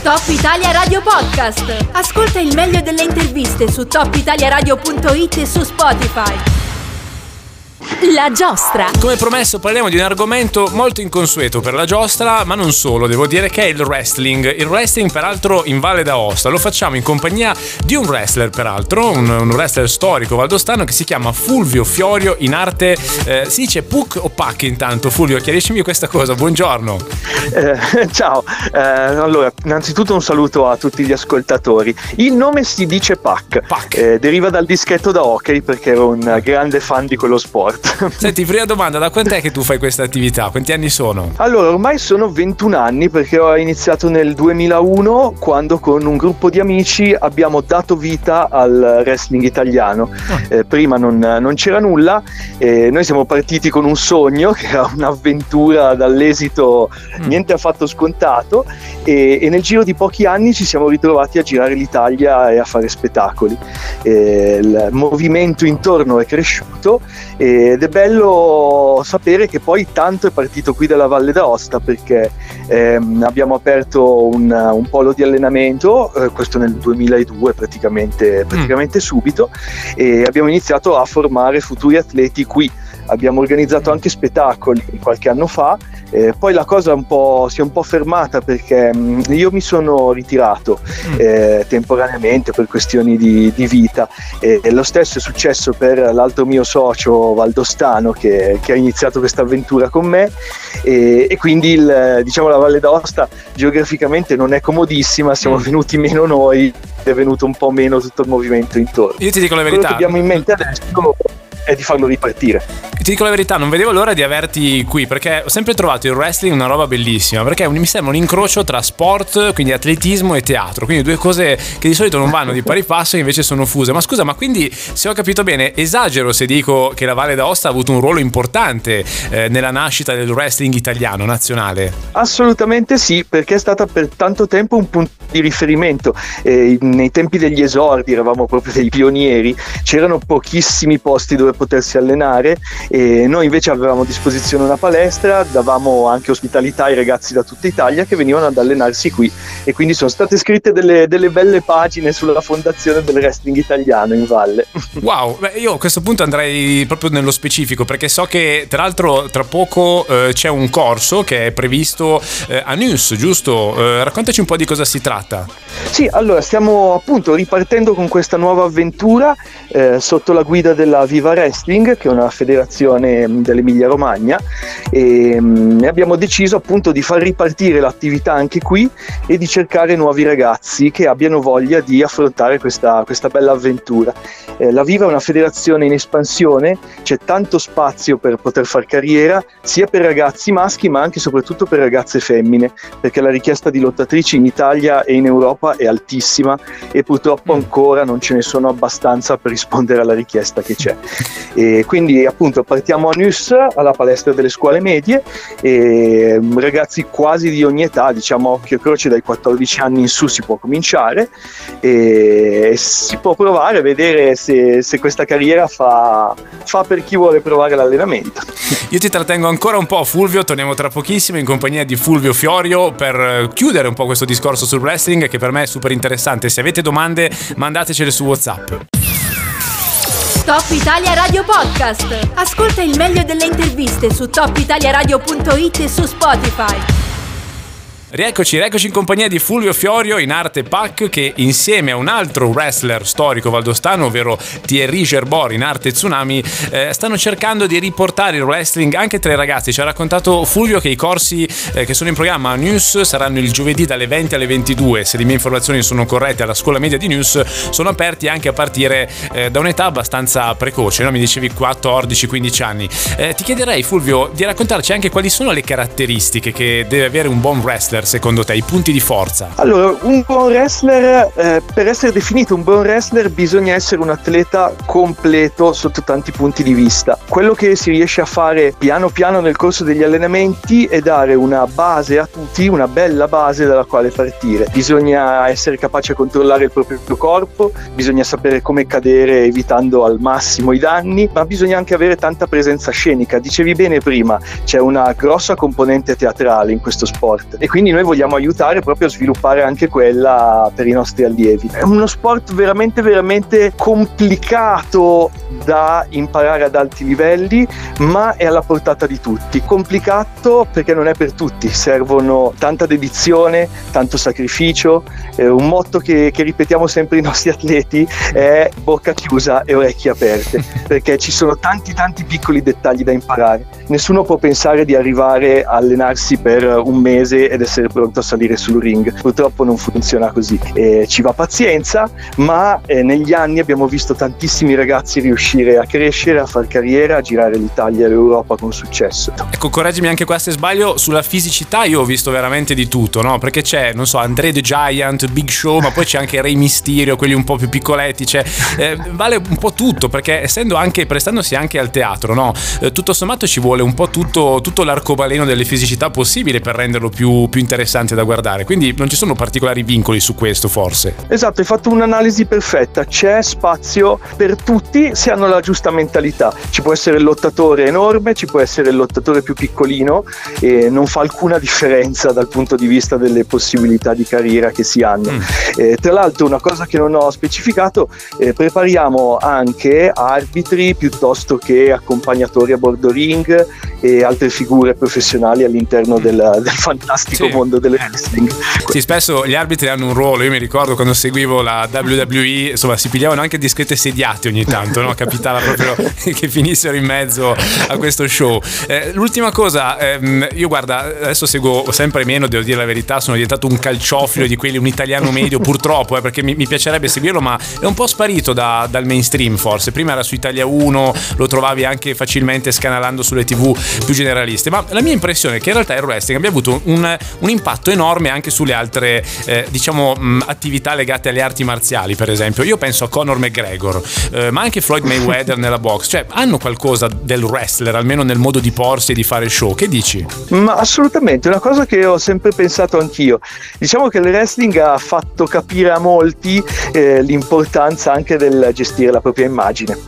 Top Italia Radio Podcast. Ascolta il meglio delle interviste su topitaliaradio.it e su Spotify. La giostra. Come promesso parliamo di un argomento molto inconsueto per la giostra, ma non solo, devo dire che è il wrestling. Il wrestling peraltro in Valle d'Aosta. Lo facciamo in compagnia di un wrestler peraltro, un wrestler storico valdostano che si chiama Fulvio Fiorio, in arte si dice Puck o Pac intanto? Fulvio, chiariscimi questa cosa, buongiorno. Ciao, allora innanzitutto un saluto a tutti gli ascoltatori. Il nome si dice Pac. Deriva dal dischetto da hockey perché ero un grande fan di quello sport. Senti, prima domanda, da quant'è che tu fai questa attività? Quanti anni sono? Allora, ormai sono 21 anni perché ho iniziato nel 2001 quando con un gruppo di amici abbiamo dato vita al wrestling italiano. Prima non c'era nulla, noi siamo partiti con un sogno che era un'avventura dall'esito niente affatto scontato e nel giro di pochi anni ci siamo ritrovati a girare l'Italia e a fare spettacoli. Il movimento intorno è cresciuto ed è bello sapere che poi tanto è partito qui dalla Valle d'Aosta perché abbiamo aperto un polo di allenamento, questo nel 2002 praticamente subito, e abbiamo iniziato a formare futuri atleti qui. Abbiamo organizzato anche spettacoli qualche anno fa, poi la cosa si è un po' fermata perché io mi sono ritirato temporaneamente per questioni di vita, e lo stesso è successo per l'altro mio socio valdostano che ha iniziato questa avventura con me, e quindi diciamo la Valle d'Aosta geograficamente non è comodissima, siamo venuti meno noi, è venuto un po' meno tutto il movimento intorno. Io ti dico la verità, quello che abbiamo in mente adesso è di farlo ripartire. Ti dico la verità, non vedevo l'ora di averti qui perché ho sempre trovato il wrestling una roba bellissima, perché mi sembra un incrocio tra sport, quindi atletismo, e teatro, quindi due cose che di solito non vanno di pari passo e invece sono fuse. Ma scusa, ma quindi se ho capito bene, esagero se dico che la Valle d'Aosta ha avuto un ruolo importante nella nascita del wrestling italiano nazionale? Assolutamente sì, perché è stata per tanto tempo un punto di riferimento. Nei tempi degli esordi eravamo proprio dei pionieri, c'erano pochissimi posti dove potersi allenare e noi invece avevamo a disposizione una palestra, davamo anche ospitalità ai ragazzi da tutta Italia che venivano ad allenarsi qui, e quindi sono state scritte delle belle pagine sulla fondazione del wrestling italiano in Valle. Wow, io a questo punto andrei proprio nello specifico perché so che tra l'altro tra poco c'è un corso che è previsto a NUS, giusto? Raccontaci un po' di cosa si tratta. Sì, allora stiamo appunto ripartendo con questa nuova avventura sotto la guida della Viva Wrestling, che è una federazione dell'Emilia Romagna, e abbiamo deciso appunto di far ripartire l'attività anche qui e di cercare nuovi ragazzi che abbiano voglia di affrontare questa bella avventura. La Viva è una federazione in espansione, c'è tanto spazio per poter far carriera sia per ragazzi maschi ma anche e soprattutto per ragazze femmine, perché la richiesta di lottatrici in Italia e in Europa è altissima e purtroppo ancora non ce ne sono abbastanza per rispondere alla richiesta che c'è. E quindi appunto partiamo a NUS, alla palestra delle scuole medie, e ragazzi quasi di ogni età, diciamo occhio e croce dai 14 anni in su si può cominciare e si può provare a vedere se questa carriera fa per chi vuole provare l'allenamento. Io ti trattengo ancora un po', Fulvio, torniamo tra pochissimo in compagnia di Fulvio Fiorio per chiudere un po' questo discorso sul wrestling che per me è super interessante. Se avete domande mandatecele su WhatsApp. Top Italia Radio Podcast. Ascolta il meglio delle interviste su topitaliaradio.it e su Spotify. Rieccoci in compagnia di Fulvio Fiorio, in arte Pac, che insieme a un altro wrestler storico valdostano, ovvero Thierry Gerbor, in arte Tsunami, stanno cercando di riportare il wrestling anche tra i ragazzi. Ci ha raccontato Fulvio che i corsi che sono in programma a NUS saranno il giovedì dalle 20 alle 22. Se le mie informazioni sono corrette, alla scuola media di NUS sono aperti anche a partire da un'età abbastanza precoce, no? Mi dicevi 14-15 anni. Ti chiederei, Fulvio, di raccontarci anche quali sono le caratteristiche che deve avere un buon wrestler secondo te, i punti di forza? Allora, un buon wrestler, per essere definito un buon wrestler bisogna essere un atleta completo sotto tanti punti di vista. Quello che si riesce a fare piano piano nel corso degli allenamenti è dare una base a tutti, una bella base dalla quale partire. Bisogna essere capaci a controllare il proprio corpo, bisogna sapere come cadere evitando al massimo i danni, ma bisogna anche avere tanta presenza scenica. Dicevi bene prima, c'è una grossa componente teatrale in questo sport e quindi quindi noi vogliamo aiutare proprio a sviluppare anche quella per i nostri allievi. È uno sport veramente veramente complicato da imparare ad alti livelli, ma è alla portata di tutti. Complicato perché non è per tutti, servono tanta dedizione, tanto sacrificio. Un motto che ripetiamo sempre ai nostri atleti è bocca chiusa e orecchie aperte, perché ci sono tanti piccoli dettagli da imparare. Nessuno può pensare di arrivare a allenarsi per un mese ed essere pronto a salire sul ring. Purtroppo non funziona così. Ci va pazienza, ma negli anni abbiamo visto tantissimi ragazzi riuscire a crescere, a far carriera, a girare l'Italia e l'Europa con successo. Ecco, correggimi anche qua se sbaglio, sulla fisicità io ho visto veramente di tutto, no? Perché c'è, non so, Andre the Giant, Big Show, ma poi c'è anche Rey Mysterio, quelli un po' più piccoletti, cioè vale un po' tutto, perché prestandosi anche al teatro, no? Tutto sommato ci vuole un po' tutto l'arcobaleno delle fisicità possibili per renderlo più interessante da guardare, quindi non ci sono particolari vincoli su questo, forse. Esatto, hai fatto un'analisi perfetta, c'è spazio per tutti se hanno la giusta mentalità. Ci può essere il lottatore enorme, ci può essere il lottatore più piccolino, e non fa alcuna differenza dal punto di vista delle possibilità di carriera che si hanno. Tra l'altro, una cosa che non ho specificato, prepariamo anche arbitri piuttosto che accompagnatori a bordo ring e altre figure professionali all'interno del fantastico mondo del wrestling. Sì, spesso gli arbitri hanno un ruolo. Io mi ricordo quando seguivo la WWE, insomma, si pigliavano anche discrete sediate ogni tanto, no? Capitava proprio che finissero in mezzo a questo show. L'ultima cosa, io guarda, adesso seguo sempre meno, devo dire la verità, sono diventato un calciofilo di quelli, un italiano medio purtroppo, perché mi piacerebbe seguirlo, ma è un po' sparito dal mainstream forse. Prima era su Italia 1, lo trovavi anche facilmente scanalando sulle TV più generaliste, ma la mia impressione è che in realtà il wrestling abbia avuto un impatto enorme anche sulle altre attività legate alle arti marziali. Per esempio io penso a Conor McGregor, ma anche Floyd Mayweather nella box, cioè hanno qualcosa del wrestler almeno nel modo di porsi e di fare show. Che dici? Ma assolutamente, una cosa che ho sempre pensato anch'io. Diciamo che il wrestling ha fatto capire a molti l'importanza anche del gestire la propria immagine.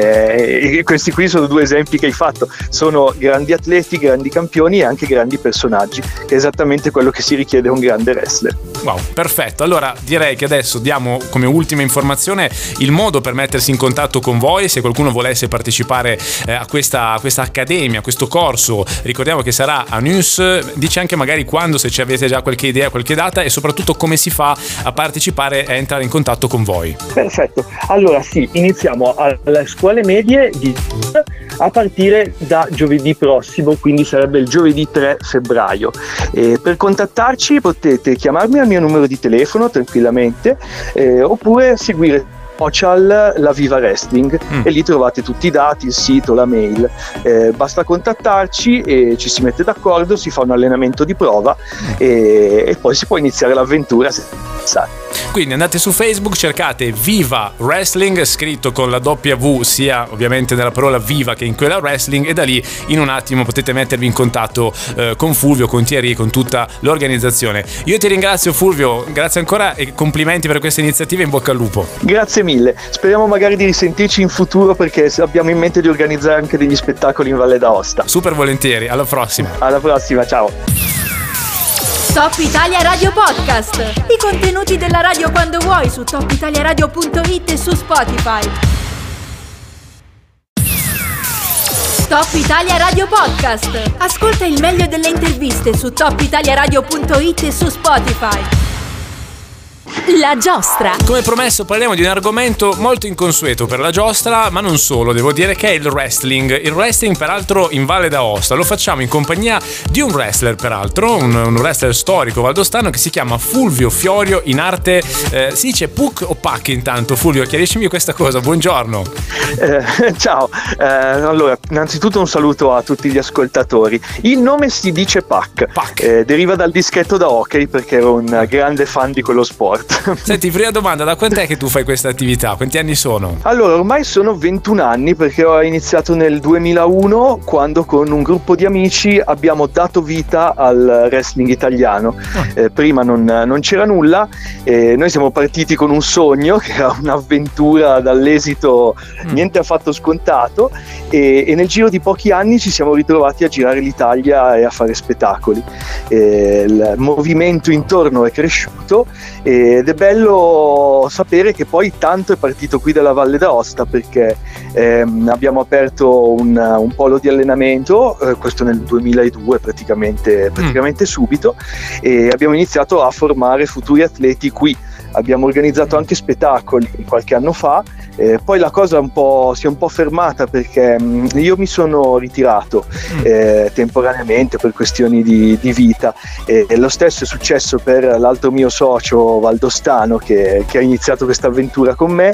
Questi qui sono due esempi che hai fatto, sono grandi atleti, grandi campioni e anche grandi personaggi, che è esattamente quello che si richiede a un grande wrestler. Wow, perfetto. Allora direi che adesso diamo come ultima informazione il modo per mettersi in contatto con voi se qualcuno volesse partecipare a questa accademia, a questo corso. Ricordiamo che sarà a News. Dice anche magari quando, se ci avete già qualche idea, qualche data, e soprattutto come si fa a partecipare e a entrare in contatto con voi. Perfetto, allora sì, iniziamo alle scuole medie a partire da giovedì prossimo, quindi sarebbe il giovedì 3 febbraio. Per contattarci potete chiamarmi al mio numero di telefono tranquillamente, oppure seguire social La Viva Wrestling e lì trovate tutti i dati, il sito, la mail. Basta contattarci e ci si mette d'accordo, si fa un allenamento di prova e poi si può iniziare l'avventura. Quindi andate su Facebook, cercate Viva Wrestling scritto con la W sia ovviamente nella parola Viva che in quella Wrestling, e da lì in un attimo potete mettervi in contatto con Fulvio, con Thierry, con tutta l'organizzazione. Io ti ringrazio Fulvio, grazie ancora e complimenti per questa iniziativa, in bocca al lupo. Grazie mille, speriamo magari di risentirci in futuro, perché abbiamo in mente di organizzare anche degli spettacoli in Valle d'Aosta. Super volentieri, alla prossima. Alla prossima, ciao. Top Italia Radio Podcast. I contenuti della radio quando vuoi su topitaliaradio.it e su Spotify. Top Italia Radio Podcast. Ascolta il meglio delle interviste su topitaliaradio.it e su Spotify. La giostra. Come promesso parliamo di un argomento molto inconsueto per la giostra, ma non solo, devo dire, che è il wrestling. Il wrestling peraltro in Valle d'Aosta. Lo facciamo in compagnia di un wrestler, peraltro un wrestler storico valdostano che si chiama Fulvio Fiorio, in arte si dice Puck o Pac. Intanto Fulvio, chiariscimi questa cosa, buongiorno. Ciao, allora innanzitutto un saluto a tutti gli ascoltatori. Il nome si dice Pac. Deriva dal dischetto da hockey, perché ero un grande fan di quello sport. Senti, prima domanda, da quant'è che tu fai questa attività? Quanti anni sono? Allora, ormai sono 21 anni perché ho iniziato nel 2001 quando con un gruppo di amici abbiamo dato vita al wrestling italiano. Prima non c'era nulla, noi siamo partiti con un sogno che era un'avventura dall'esito niente affatto scontato e nel giro di pochi anni ci siamo ritrovati a girare l'Italia e a fare spettacoli. Il movimento intorno è cresciuto ed è bello sapere che poi tanto è partito qui dalla Valle d'Aosta perché abbiamo aperto un polo di allenamento, questo nel 2002 praticamente subito, e abbiamo iniziato a formare futuri atleti qui. Abbiamo organizzato anche spettacoli qualche anno fa, poi la cosa si è un po' fermata perché io mi sono ritirato temporaneamente per questioni di vita, e lo stesso è successo per l'altro mio socio valdostano che ha iniziato questa avventura con me,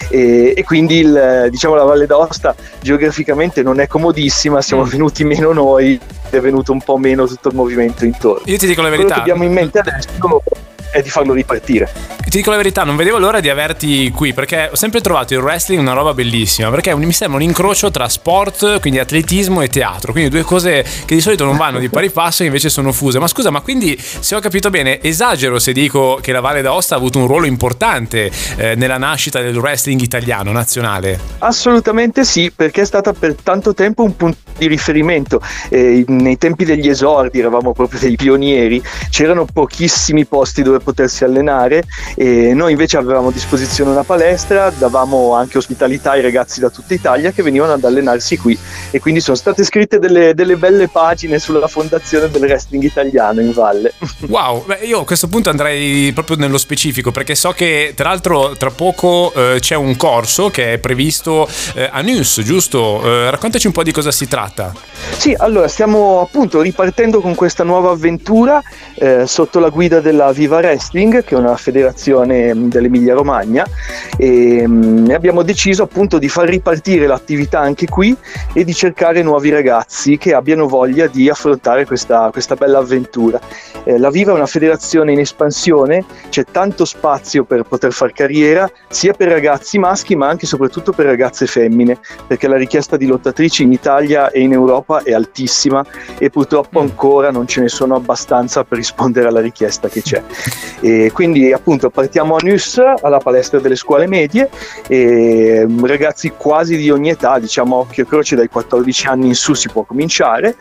e quindi diciamo la Valle d'Aosta geograficamente non è comodissima, siamo venuti meno noi, è venuto un po' meno tutto il movimento intorno. Io ti dico la verità, quello che abbiamo in mente adesso è di farlo ripartire. Ti dico la verità, non vedevo l'ora di averti qui perché ho sempre trovato il wrestling una roba bellissima, perché mi sembra un incrocio tra sport, quindi atletismo, e teatro, quindi due cose che di solito non vanno di pari passo e invece sono fuse. Ma scusa, ma quindi se ho capito bene, esagero se dico che la Valle d'Aosta ha avuto un ruolo importante nella nascita del wrestling italiano nazionale? Assolutamente sì, perché è stata per tanto tempo un punto di riferimento. Nei tempi degli esordi eravamo proprio dei pionieri, c'erano pochissimi posti dove potersi allenare e noi invece avevamo a disposizione una palestra, davamo anche ospitalità ai ragazzi da tutta Italia che venivano ad allenarsi qui, e quindi sono state scritte delle belle pagine sulla fondazione del wrestling italiano in valle. Wow, beh, io a questo punto andrei proprio nello specifico perché so che tra l'altro tra poco c'è un corso che è previsto a NUS, giusto? Raccontaci un po' di cosa si tratta. Sì, allora stiamo appunto ripartendo con questa nuova avventura sotto la guida della Viva Wrestling, che è una federazione dell'Emilia Romagna, e abbiamo deciso appunto di far ripartire l'attività anche qui e di cercare nuovi ragazzi che abbiano voglia di affrontare questa bella avventura. La Viva è una federazione in espansione, c'è tanto spazio per poter far carriera sia per ragazzi maschi ma anche e soprattutto per ragazze femmine, perché la richiesta di lottatrici in Italia e in Europa è altissima e purtroppo ancora non ce ne sono abbastanza per rispondere alla richiesta che c'è. E quindi appunto partiamo a NUS, alla palestra delle scuole medie, e ragazzi quasi di ogni età, diciamo occhio e croce dai 14 anni in su si può cominciare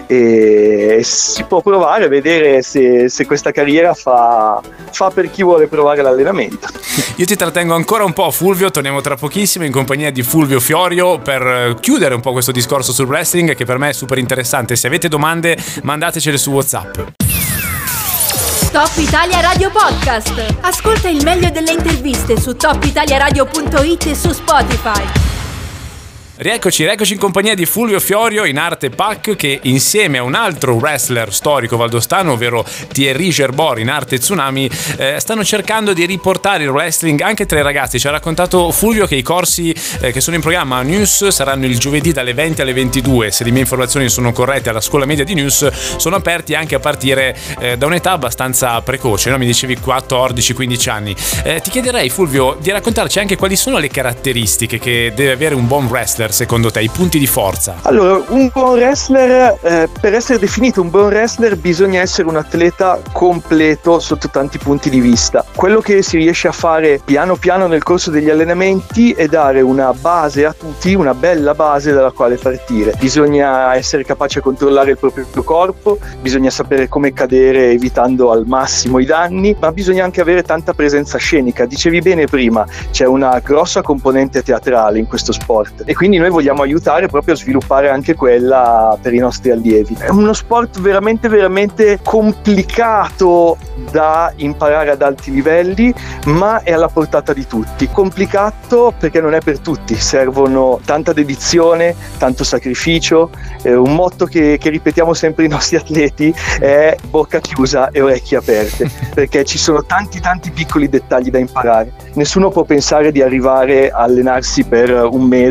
e si può provare a vedere se questa carriera fa per chi vuole provare l'allenamento. Io ti trattengo ancora un po', Fulvio, torniamo tra pochissimo in compagnia di Fulvio Fiorio per chiudere un po' questo discorso sul wrestling che per me è super interessante. Se avete domande mandatecele su WhatsApp. Top Italia Radio Podcast. Ascolta il meglio delle interviste su topitaliaradio.it e su Spotify. Rieccoci in compagnia di Fulvio Fiorio, in arte Pac, che insieme a un altro wrestler storico valdostano, ovvero Thierry Gerbor, in arte Tsunami, stanno cercando di riportare il wrestling anche tra i ragazzi. Ci ha raccontato Fulvio che i corsi che sono in programma a NUS saranno il giovedì dalle 20 alle 22. Se le mie informazioni sono corrette, alla scuola media di NUS sono aperti anche a partire da un'età abbastanza precoce, no? Mi dicevi 14-15 anni. Ti chiederei, Fulvio, di raccontarci anche quali sono le caratteristiche che deve avere un buon wrestler secondo te, i punti di forza? Allora, un buon wrestler, per essere definito un buon wrestler bisogna essere un atleta completo sotto tanti punti di vista. Quello che si riesce a fare piano piano nel corso degli allenamenti è dare una base a tutti, una bella base dalla quale partire. Bisogna essere capaci a controllare il proprio corpo, bisogna sapere come cadere evitando al massimo i danni, ma bisogna anche avere tanta presenza scenica. Dicevi bene prima, c'è una grossa componente teatrale in questo sport e quindi noi vogliamo aiutare proprio a sviluppare anche quella per i nostri allievi. È uno sport veramente veramente complicato da imparare ad alti livelli, ma è alla portata di tutti. Complicato perché non è per tutti, servono tanta dedizione, tanto sacrificio. Un motto che ripetiamo sempre ai nostri atleti è bocca chiusa e orecchie aperte, perché ci sono tanti piccoli dettagli da imparare. Nessuno può pensare di arrivare a allenarsi per un mese ed essere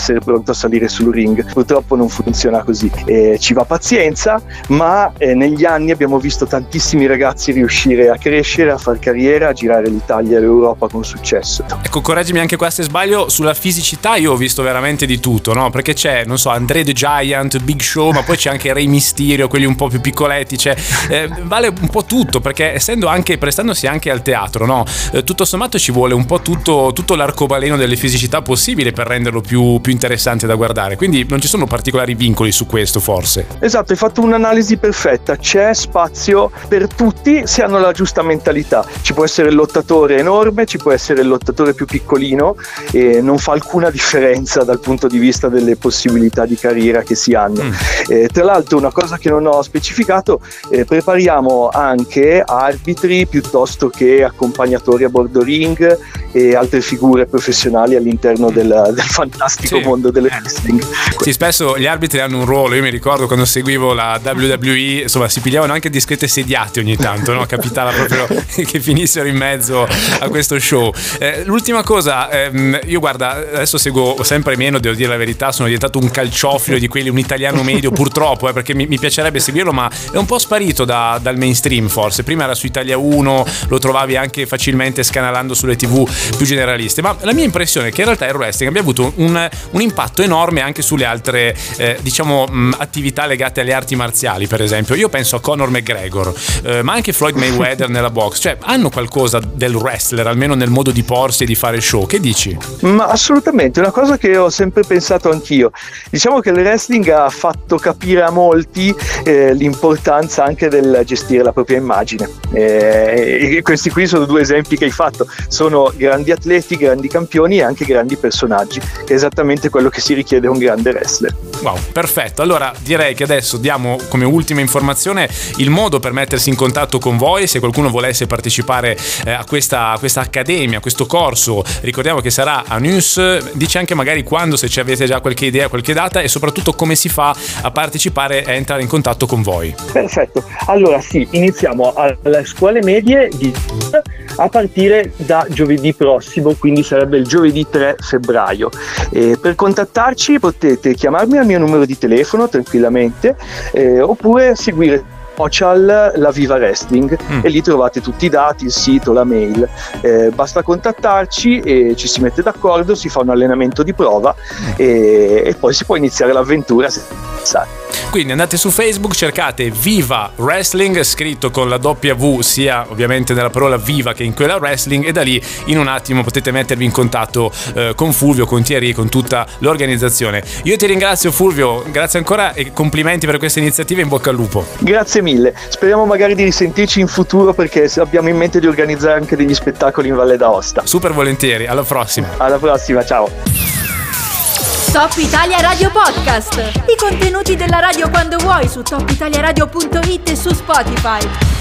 essere pronto a salire sul ring. Purtroppo non funziona così, ci va pazienza, ma negli anni abbiamo visto tantissimi ragazzi riuscire a crescere, a far carriera, a girare l'Italia e l'Europa con successo. Ecco, correggimi anche qua se sbaglio, sulla fisicità io ho visto veramente di tutto, no? Perché c'è, non so, Andre the Giant, Big Show, ma poi c'è anche Rey Mysterio, quelli un po' più piccoletti, cioè vale un po' tutto, perché prestandosi anche al teatro, no? Tutto sommato ci vuole un po' tutto l'arcobaleno delle fisicità possibile per renderlo più interessante da guardare, quindi non ci sono particolari vincoli su questo, forse. Esatto, hai fatto un'analisi perfetta, c'è spazio per tutti se hanno la giusta mentalità. Ci può essere il lottatore enorme, ci può essere il lottatore più piccolino, e non fa alcuna differenza dal punto di vista delle possibilità di carriera che si hanno. Tra l'altro, una cosa che non ho specificato, prepariamo anche arbitri piuttosto che accompagnatori a bordo ring e altre figure professionali all'interno del fantastico mondo del wrestling. Sì, spesso gli arbitri hanno un ruolo. Io mi ricordo quando seguivo la WWE, insomma, si pigliavano anche discrete sediate ogni tanto, no? Capitava proprio che finissero in mezzo a questo show. L'ultima cosa, io guarda, adesso seguo sempre meno, devo dire la verità, sono diventato un calciofilo di quelli, un italiano medio purtroppo, perché mi piacerebbe seguirlo, ma è un po' sparito dal mainstream forse. Prima era su Italia 1, lo trovavi anche facilmente scanalando sulle TV più generaliste, ma la mia impressione è che in realtà il wrestling abbia avuto un impatto enorme anche sulle altre attività legate alle arti marziali. Per esempio io penso a Conor McGregor, ma anche Floyd Mayweather nella box, cioè hanno qualcosa del wrestler almeno nel modo di porsi e di fare show. Che dici? Ma assolutamente, una cosa che ho sempre pensato anch'io. Diciamo che il wrestling ha fatto capire a molti l'importanza anche del gestire la propria immagine, e questi qui sono due esempi che hai fatto, sono grandi atleti, grandi campioni e anche grandi personaggi, che è esattamente quello che si richiede a un grande wrestler. Wow, perfetto. Allora direi che adesso diamo come ultima informazione il modo per mettersi in contatto con voi, se qualcuno volesse partecipare a questa accademia, a questo corso. Ricordiamo che sarà a News, dice anche magari quando, se ci avete già qualche idea, qualche data, e soprattutto come si fa a partecipare e a entrare in contatto con voi. Perfetto, allora sì, iniziamo alle scuole medie a partire da giovedì prossimo, quindi sarebbe il giovedì 3 febbraio. Per contattarci potete chiamarmi al mio numero di telefono tranquillamente, oppure seguire social La Viva Wrestling, e lì trovate tutti i dati, il sito, la mail. Basta contattarci e ci si mette d'accordo, si fa un allenamento di prova e poi si può iniziare l'avventura. Quindi andate su Facebook, cercate Viva Wrestling, scritto con la W sia ovviamente nella parola Viva che in quella Wrestling, e da lì in un attimo potete mettervi in contatto con Fulvio, con Thierry, con tutta l'organizzazione. Io ti ringrazio Fulvio, grazie ancora e complimenti per questa iniziativa, in bocca al lupo. Grazie mille, speriamo magari di risentirci in futuro, perché abbiamo in mente di organizzare anche degli spettacoli in Valle d'Aosta. Super volentieri, alla prossima. Alla prossima, ciao. Top Italia Radio Podcast. I contenuti della radio quando vuoi su topitaliaradio.it e su Spotify.